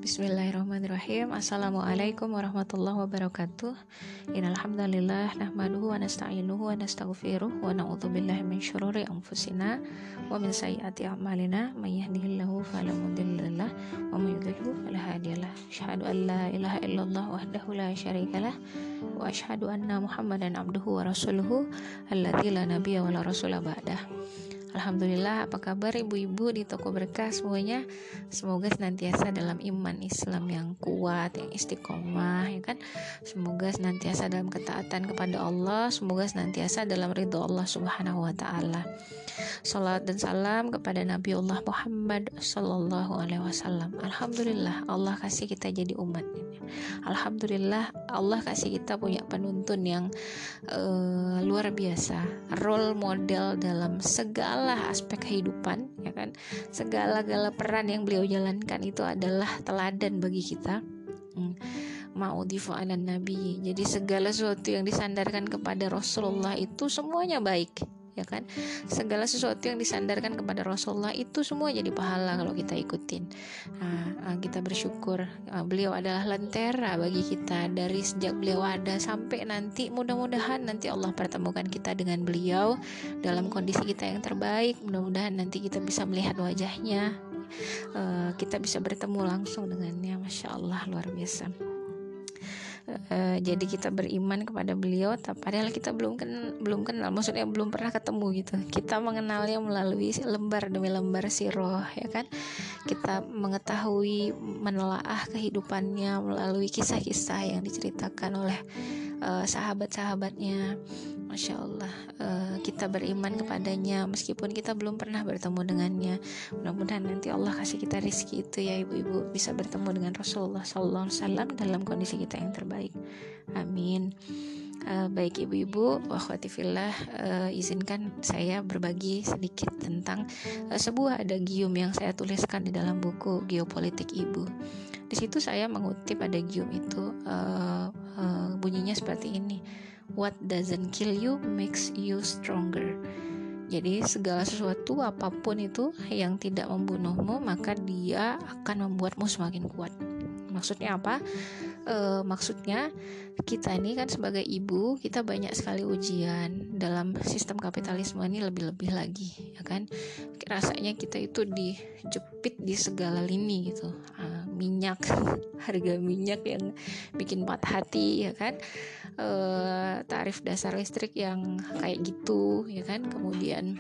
Bismillahirrahmanirrahim. Assalamualaikum warahmatullahi wabarakatuh. Innal hamdalillah nahmaduhu wa nasta'inuhu wa nastaghfiruh wa na'udzubillahi min syururi anfusina wa min sayyiati a'malina may yahdihillahu fala mudhillalah wa may yudhlilhu fala hadiyalah. Asyhadu an la ilaha illallah wahdahu la syarikalah wa asyhadu anna Muhammadan abduhu wa rasuluhu alladzi la nabiyya wa la rasula ba'dah. Alhamdulillah, apa kabar ibu-ibu di Toko Berkah semuanya? Semoga senantiasa dalam iman Islam yang kuat, yang istiqomah, ya kan? Semoga senantiasa dalam ketaatan kepada Allah, semoga senantiasa dalam ridho Allah Subhanahu wa taala. Salawat dan salam kepada Nabiullah Muhammad sallallahu alaihi wasallam. Alhamdulillah, Allah kasih kita jadi umat. Alhamdulillah, Allah kasih kita punya penuntun yang luar biasa, role model dalam segala aspek kehidupan, ya kan? Segala peran yang beliau jalankan itu adalah teladan bagi kita. Ma'udhifu 'alan nabi. Jadi segala sesuatu yang disandarkan kepada Rasulullah itu semuanya baik, ya kan? Segala sesuatu yang disandarkan kepada Rasulullah itu semua jadi pahala kalau kita ikutin. Kita bersyukur beliau adalah lentera bagi kita dari sejak beliau ada sampai nanti, mudah-mudahan nanti Allah pertemukan kita dengan beliau dalam kondisi kita yang terbaik. Mudah-mudahan nanti kita bisa melihat wajahnya, kita bisa bertemu langsung dengannya. Masya Allah, luar biasa. Jadi kita beriman kepada beliau, padahal kita belum kenal, maksudnya belum pernah ketemu gitu. Kita mengenalnya melalui lembar demi lembar sirah, ya kan? Kita mengetahui, menelaah kehidupannya melalui kisah-kisah yang diceritakan oleh sahabat-sahabatnya. Masya Allah, kita beriman kepadanya meskipun kita belum pernah bertemu dengannya. Mudah-mudahan nanti Allah kasih kita rezeki itu ya ibu-ibu, bisa bertemu dengan Rasulullah SAW dalam kondisi kita yang terbaik. Amin. Baik ibu-ibu, akhwati fillah, izinkan saya berbagi sedikit tentang sebuah adagium yang saya tuliskan di dalam buku Geopolitik Ibu. Di situ saya mengutip adagium itu, bunyinya seperti ini: What doesn't kill you makes you stronger. Jadi segala sesuatu apapun itu yang tidak membunuhmu, maka dia akan membuatmu semakin kuat. Maksudnya apa? Maksudnya kita ini kan sebagai ibu, kita banyak sekali ujian dalam sistem kapitalisme ini, lebih-lebih lagi, ya kan? Rasanya kita itu dijepit di segala lini gitu. Minyak, harga minyak yang bikin patah hati, ya kan? Tarif dasar listrik yang kayak gitu, ya kan? Kemudian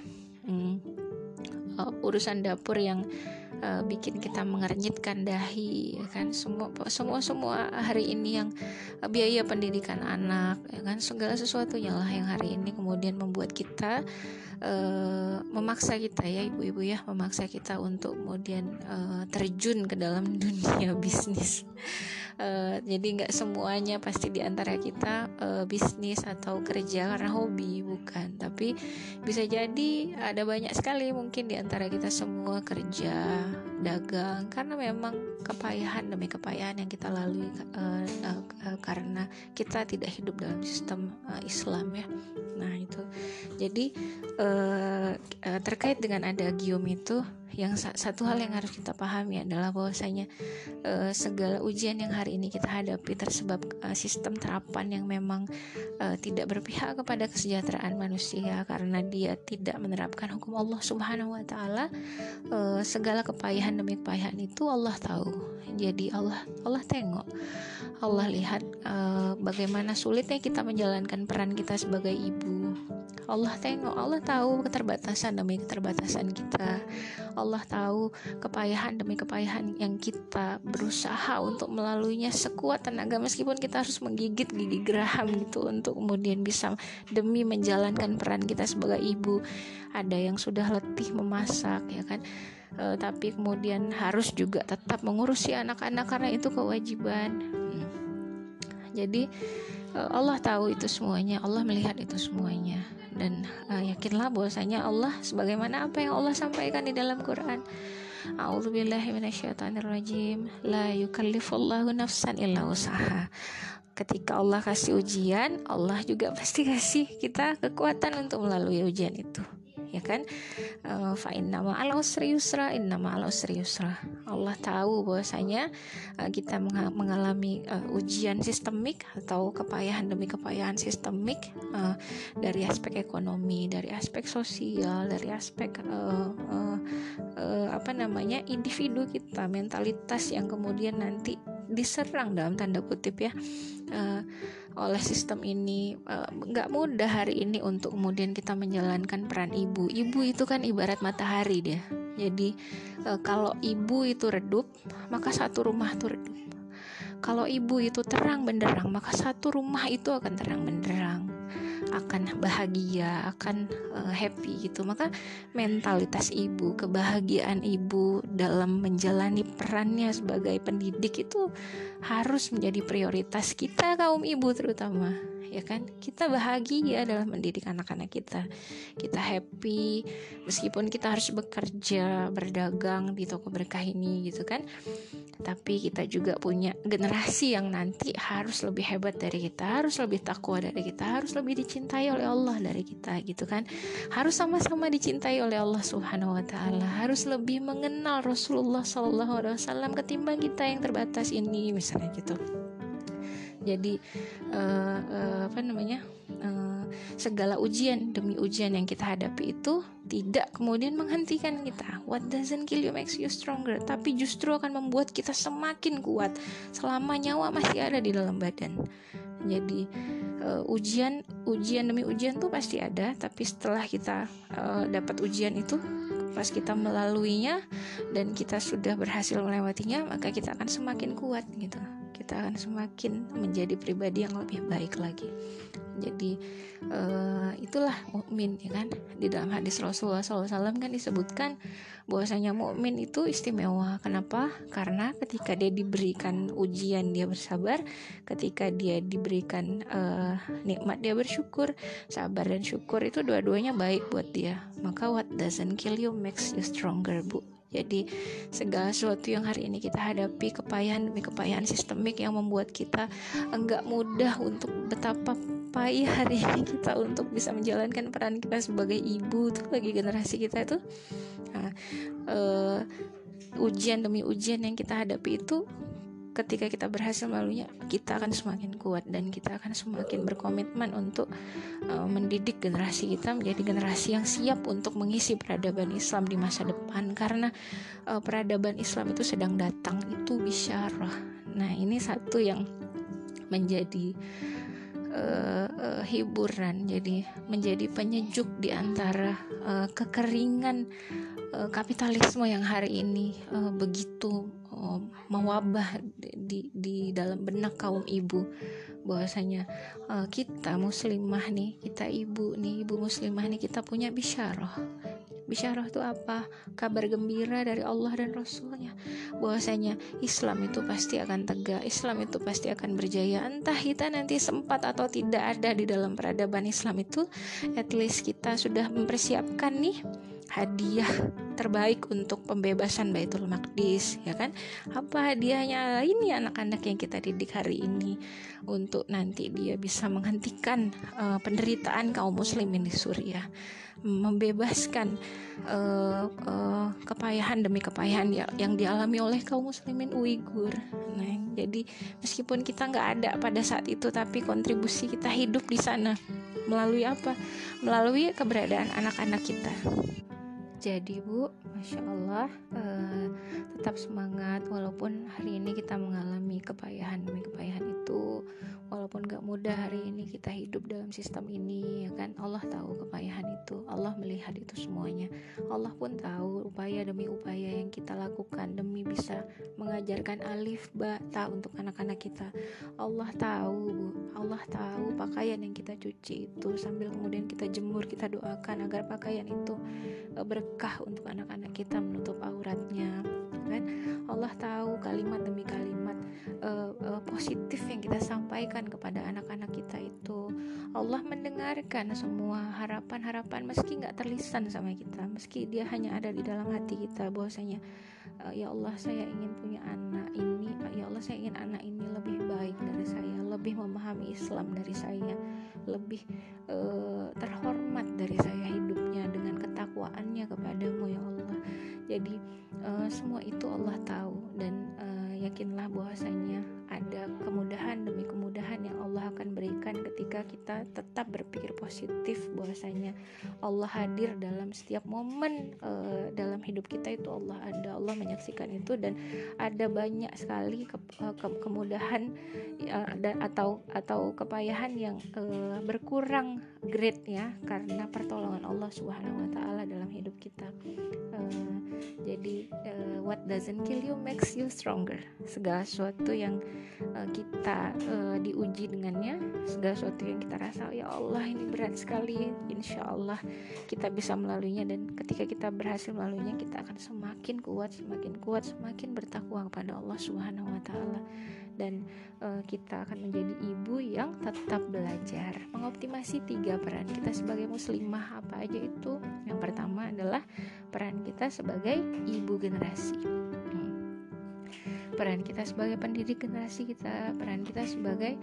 urusan dapur yang bikin kita mengernyitkan dahi, ya kan? Semua hari ini yang biaya pendidikan anak, ya kan? Segala sesuatunya lah yang hari ini kemudian membuat kita memaksa kita ya ibu-ibu ya, memaksa kita untuk kemudian terjun ke dalam dunia bisnis. Jadi nggak semuanya pasti diantara kita bisnis atau kerja karena hobi, bukan. Tapi bisa jadi ada banyak sekali mungkin diantara kita semua kerja, dagang, karena memang kepayahan demi kepayahan yang kita lalui karena kita tidak hidup dalam sistem Islam ya. Nah itu. Jadi terkait dengan adagium itu, yang satu hal yang harus kita pahami adalah bahwasanya segala ujian yang hari ini kita hadapi tersebab sistem terapan yang memang tidak berpihak kepada kesejahteraan manusia, karena dia tidak menerapkan hukum Allah Subhanahu wa taala. Segala kepayahan demi kepayahan itu Allah tahu. Jadi Allah tengok, Allah lihat bagaimana sulitnya kita menjalankan peran kita sebagai ibu. Allah tengok, Allah tahu keterbatasan demi keterbatasan kita. Allah tahu kepayahan demi kepayahan yang kita berusaha untuk melaluinya sekuat tenaga, meskipun kita harus menggigit gigi geraham gitu untuk kemudian bisa demi menjalankan peran kita sebagai ibu. Ada yang sudah letih memasak, ya kan? Tapi kemudian harus juga tetap mengurusi anak-anak karena itu kewajiban. Jadi Allah tahu itu semuanya, Allah melihat itu semuanya, dan yakinlah bahwasanya Allah, sebagaimana apa yang Allah sampaikan di dalam Quran, A'udzubillahi minasyaitonirrajim, la yukallifullahu nafsan illa wus'aha. Ketika Allah kasih ujian, Allah juga pasti kasih kita kekuatan untuk melalui ujian itu. ya kan? Fa inna ma'al usri yusra, inna ma'al usri yusra. Allah tahu bahwasanya kita mengalami ujian sistemik atau kepayahan demi kepayahan sistemik, dari aspek ekonomi, dari aspek sosial, dari aspek individu kita, mentalitas yang kemudian nanti diserang dalam tanda kutip ya oleh sistem ini. Nggak mudah hari ini untuk kemudian kita menjalankan peran ibu. Ibu itu kan ibarat matahari dia. Jadi kalau ibu itu redup, maka satu rumah itu redup. Kalau ibu itu terang benderang, maka satu rumah itu akan terang benderang, akan bahagia, akan happy gitu. Maka mentalitas ibu, kebahagiaan ibu dalam menjalani perannya sebagai pendidik itu harus menjadi prioritas kita kaum ibu terutama, ya kan? Kita bahagia dalam mendidik anak-anak kita. Kita happy meskipun kita harus bekerja, berdagang di toko berkah ini gitu kan. Tapi kita juga punya generasi yang nanti harus lebih hebat dari kita, harus lebih takwa dari kita, harus lebih dicintai oleh Allah dari kita gitu kan. Harus sama-sama dicintai oleh Allah Subhanahu wa taala, harus lebih mengenal Rasulullah sallallahu alaihi wasallam ketimbang kita yang terbatas ini misalnya gitu. Jadi segala ujian demi ujian yang kita hadapi itu tidak kemudian menghentikan kita. What doesn't kill you makes you stronger. Tapi justru akan membuat kita semakin kuat selama nyawa masih ada di dalam badan. Jadi ujian demi ujian tuh pasti ada. Tapi setelah kita dapat ujian itu, pas kita melaluinya dan kita sudah berhasil melewatinya, maka kita akan semakin kuat gitu. Kita akan semakin menjadi pribadi yang lebih baik lagi. Jadi itulah mukmin, ya kan? Di dalam hadis Rasulullah SAW kan disebutkan bahwasanya mukmin itu istimewa. Kenapa? Karena ketika dia diberikan ujian dia bersabar, ketika dia diberikan nikmat dia bersyukur. Sabar dan syukur itu dua-duanya baik buat dia. Maka what doesn't kill you makes you stronger, Bu. Jadi segala sesuatu yang hari ini kita hadapi, kepayahan demi kepayahan sistemik yang membuat kita enggak mudah untuk betapa payah hari ini kita untuk bisa menjalankan peran kita sebagai ibu tuh bagi generasi kita itu. Ujian demi ujian yang kita hadapi itu, ketika kita berhasil melaluinya, kita akan semakin kuat dan kita akan semakin berkomitmen untuk mendidik generasi kita menjadi generasi yang siap untuk mengisi peradaban Islam di masa depan. Karena peradaban Islam itu sedang datang, itu bisyarah. Nah, ini satu yang menjadi hiburan, jadi menjadi penyejuk di antara kekeringan kapitalisme yang hari ini begitu mewabah di dalam benak kaum ibu. Bahwasanya kita muslimah nih, kita ibu muslimah nih, kita punya bisyarah. Bisyarah itu apa? Kabar gembira dari Allah dan Rasulnya, bahwasanya Islam itu pasti akan tegak, Islam itu pasti akan berjaya. Entah kita nanti sempat atau tidak ada di dalam peradaban Islam itu, at least kita sudah mempersiapkan nih hadiah terbaik untuk pembebasan Baitul Maqdis, ya kan? Apa hadiahnya? Ini anak-anak yang kita didik hari ini untuk nanti dia bisa menghentikan penderitaan kaum muslimin di Suriah, membebaskan kepayahan demi kepayahan yang dialami oleh kaum muslimin Uighur. Nah, jadi meskipun kita nggak ada pada saat itu, tapi kontribusi kita hidup di sana melalui apa? Melalui keberadaan anak-anak kita. Jadi Bu, Masya Allah, tetap semangat walaupun hari ini kita mengalami kepayahan demi kepayahan itu. Walaupun gak mudah hari ini kita hidup dalam sistem ini, ya kan? Allah tahu kepayahan itu, Allah melihat itu semuanya. Allah pun tahu upaya demi upaya yang kita lakukan demi bisa mengajarkan alif ba ta untuk anak-anak kita. Allah tahu Bu, Allah tahu pakaian yang kita cuci itu sambil kemudian kita jemur, kita doakan agar pakaian itu berkah untuk anak-anak kita, menutup auratnya, kan. Allah tahu kalimat demi kalimat positif yang kita sampaikan kepada anak-anak kita itu. Allah mendengarkan semua harapan-harapan meski nggak terlisan sama kita, meski dia hanya ada di dalam hati kita, bahwasanya ya Allah, saya ingin punya anak ini, ya Allah, saya ingin anak ini lebih baik dari saya, lebih memahami Islam dari saya, lebih terhormat dari saya hidupnya dengan ketakwaannya kepadamu ya Allah. Jadi semua itu Allah tahu, dan yakinlah bahwasanya ada kemudahan demi kemudahan yang Allah akan berikan ketika kita tetap berpikir positif, bahwasanya Allah hadir dalam setiap momen dalam hidup kita itu. Allah ada, Allah menyaksikan itu, dan ada banyak sekali kemudahan atau kepayahan yang berkurang grade-nya karena pertolongan Allah Subhanahu wa taala dalam hidup kita. Jadi what doesn't kill you makes you stronger. Segala sesuatu yang kita diuji dengannya, segala sesuatu yang kita rasa ya Allah ini berat sekali, insya Allah kita bisa melaluinya, dan ketika kita berhasil melaluinya, kita akan semakin kuat, semakin bertakwa kepada Allah Subhanahu wa taala. Dan kita akan menjadi ibu yang tetap belajar, mengoptimasi 3 peran kita sebagai muslimah. Apa aja itu? Yang pertama adalah peran kita sebagai ibu generasi, peran kita sebagai pendidik generasi kita, peran kita sebagai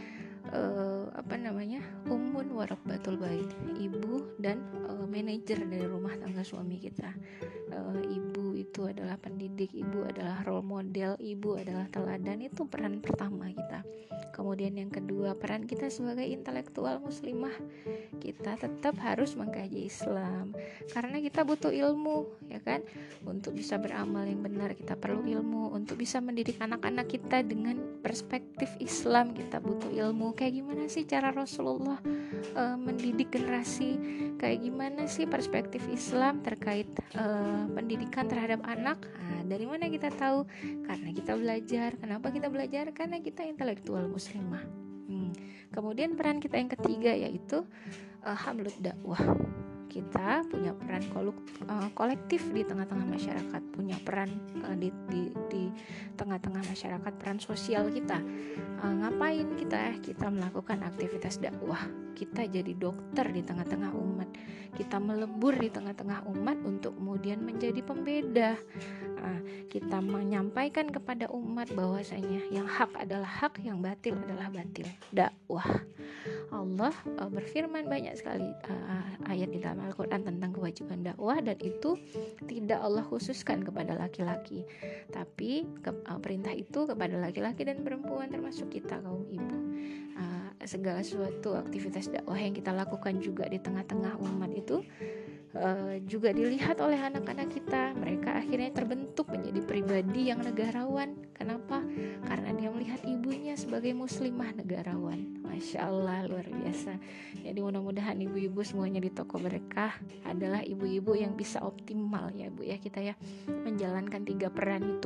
ummun warabbatul bait, ibu dan manajer dari rumah tangga suami kita. Ibu itu adalah pendidik, ibu adalah role model, ibu adalah teladan. Itu peran pertama kita. Kemudian yang kedua, peran kita sebagai intelektual muslimah. Kita tetap harus mengkaji Islam karena kita butuh ilmu, ya kan? Untuk bisa beramal yang benar kita perlu ilmu. Untuk bisa mendidik anak-anak kita dengan perspektif Islam kita butuh ilmu. Kayak gimana sih cara Rasulullah mendidik generasi? Kayak gimana sih perspektif Islam terkait pendidikan terhadap anak? Nah, dari mana kita tahu? Karena kita belajar. Kenapa kita belajar? Karena kita intelektual muslimah. Kemudian peran kita yang ketiga yaitu hamlut dakwah. Kita punya peran kolektif di tengah-tengah masyarakat, punya peran di tengah-tengah masyarakat, peran sosial kita. Ngapain kita melakukan aktivitas dakwah? Kita jadi dokter di tengah-tengah umat, kita melebur di tengah-tengah umat untuk kemudian menjadi pembeda. Kita menyampaikan kepada umat bahwasanya yang hak adalah hak, yang batil adalah batil. Dakwah. Allah berfirman banyak sekali ayat di dalam Al-Quran tentang kewajiban dakwah, dan itu tidak Allah khususkan kepada laki-laki, tapi perintah itu kepada laki-laki dan perempuan, termasuk kita kaum ibu. Segala sesuatu aktivitas dakwah yang kita lakukan juga di tengah-tengah umat itu juga dilihat oleh anak-anak kita. Mereka akhirnya terbentuk menjadi pribadi yang negarawan. Kenapa? Karena dia melihat ibunya sebagai muslimah negarawan. Masya Allah, luar biasa. Jadi mudah-mudahan ibu-ibu semuanya di Toko Berkah adalah ibu-ibu yang bisa optimal ya Bu ya, kita ya menjalankan 3 peran itu.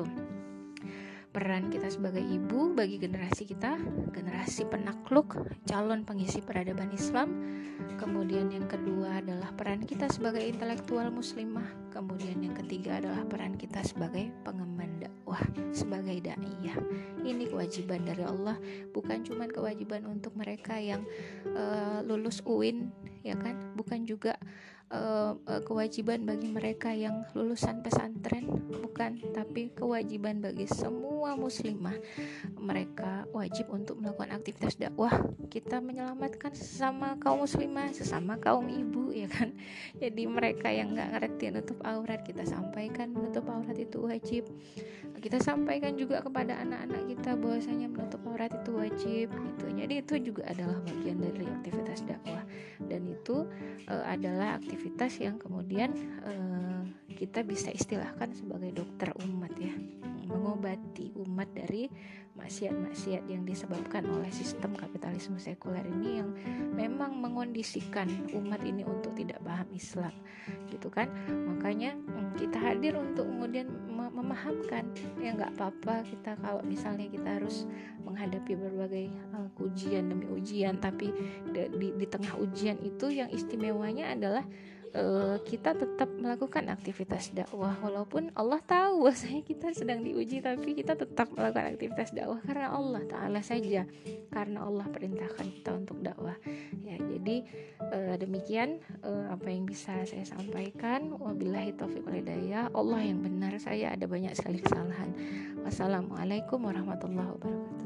Peran kita sebagai ibu bagi generasi kita, generasi penakluk, calon pengisi peradaban Islam. Kemudian yang kedua adalah peran kita sebagai intelektual muslimah. Kemudian yang ketiga adalah peran kita sebagai pengemban dakwah, sebagai da'iyah. Ini kewajiban dari Allah, bukan cuma kewajiban untuk mereka yang lulus UIN, ya kan? Bukan juga kewajiban bagi mereka yang lulusan pesantren, bukan, tapi kewajiban bagi semua muslimah. Mereka wajib untuk melakukan aktivitas dakwah. Kita menyelamatkan sesama kaum muslimah, sesama kaum ibu, ya kan. Jadi mereka yang nggak ngerti nutup aurat, kita sampaikan menutup aurat itu wajib. Kita sampaikan juga kepada anak-anak kita bahwasanya menutup aurat itu wajib gitu. Jadi itu juga adalah bagian dari aktivitas dakwah, dan itu adalah aktivitas yang kemudian kita bisa istilahkan sebagai dokter umat ya, mengobati umat dari maksiat-maksiat yang disebabkan oleh sistem kapitalisme sekuler ini yang memang mengondisikan umat ini untuk tidak paham Islam gitu kan. Makanya kita hadir untuk kemudian memahamkan ya, nggak apa-apa kita kalau misalnya kita harus menghadapi berbagai ujian demi ujian, tapi di tengah ujian itu yang istimewanya adalah kita tetap melakukan aktivitas dakwah, walaupun Allah tahu bahwasanya kita sedang diuji, tapi kita tetap melakukan aktivitas dakwah karena Allah Ta'ala saja, karena Allah perintahkan kita untuk dakwah ya. Jadi demikian apa yang bisa saya sampaikan. Wabillahi taufiq wal hidayah. Allah yang benar, saya ada banyak sekali kesalahan. Wassalamualaikum warahmatullahi wabarakatuh.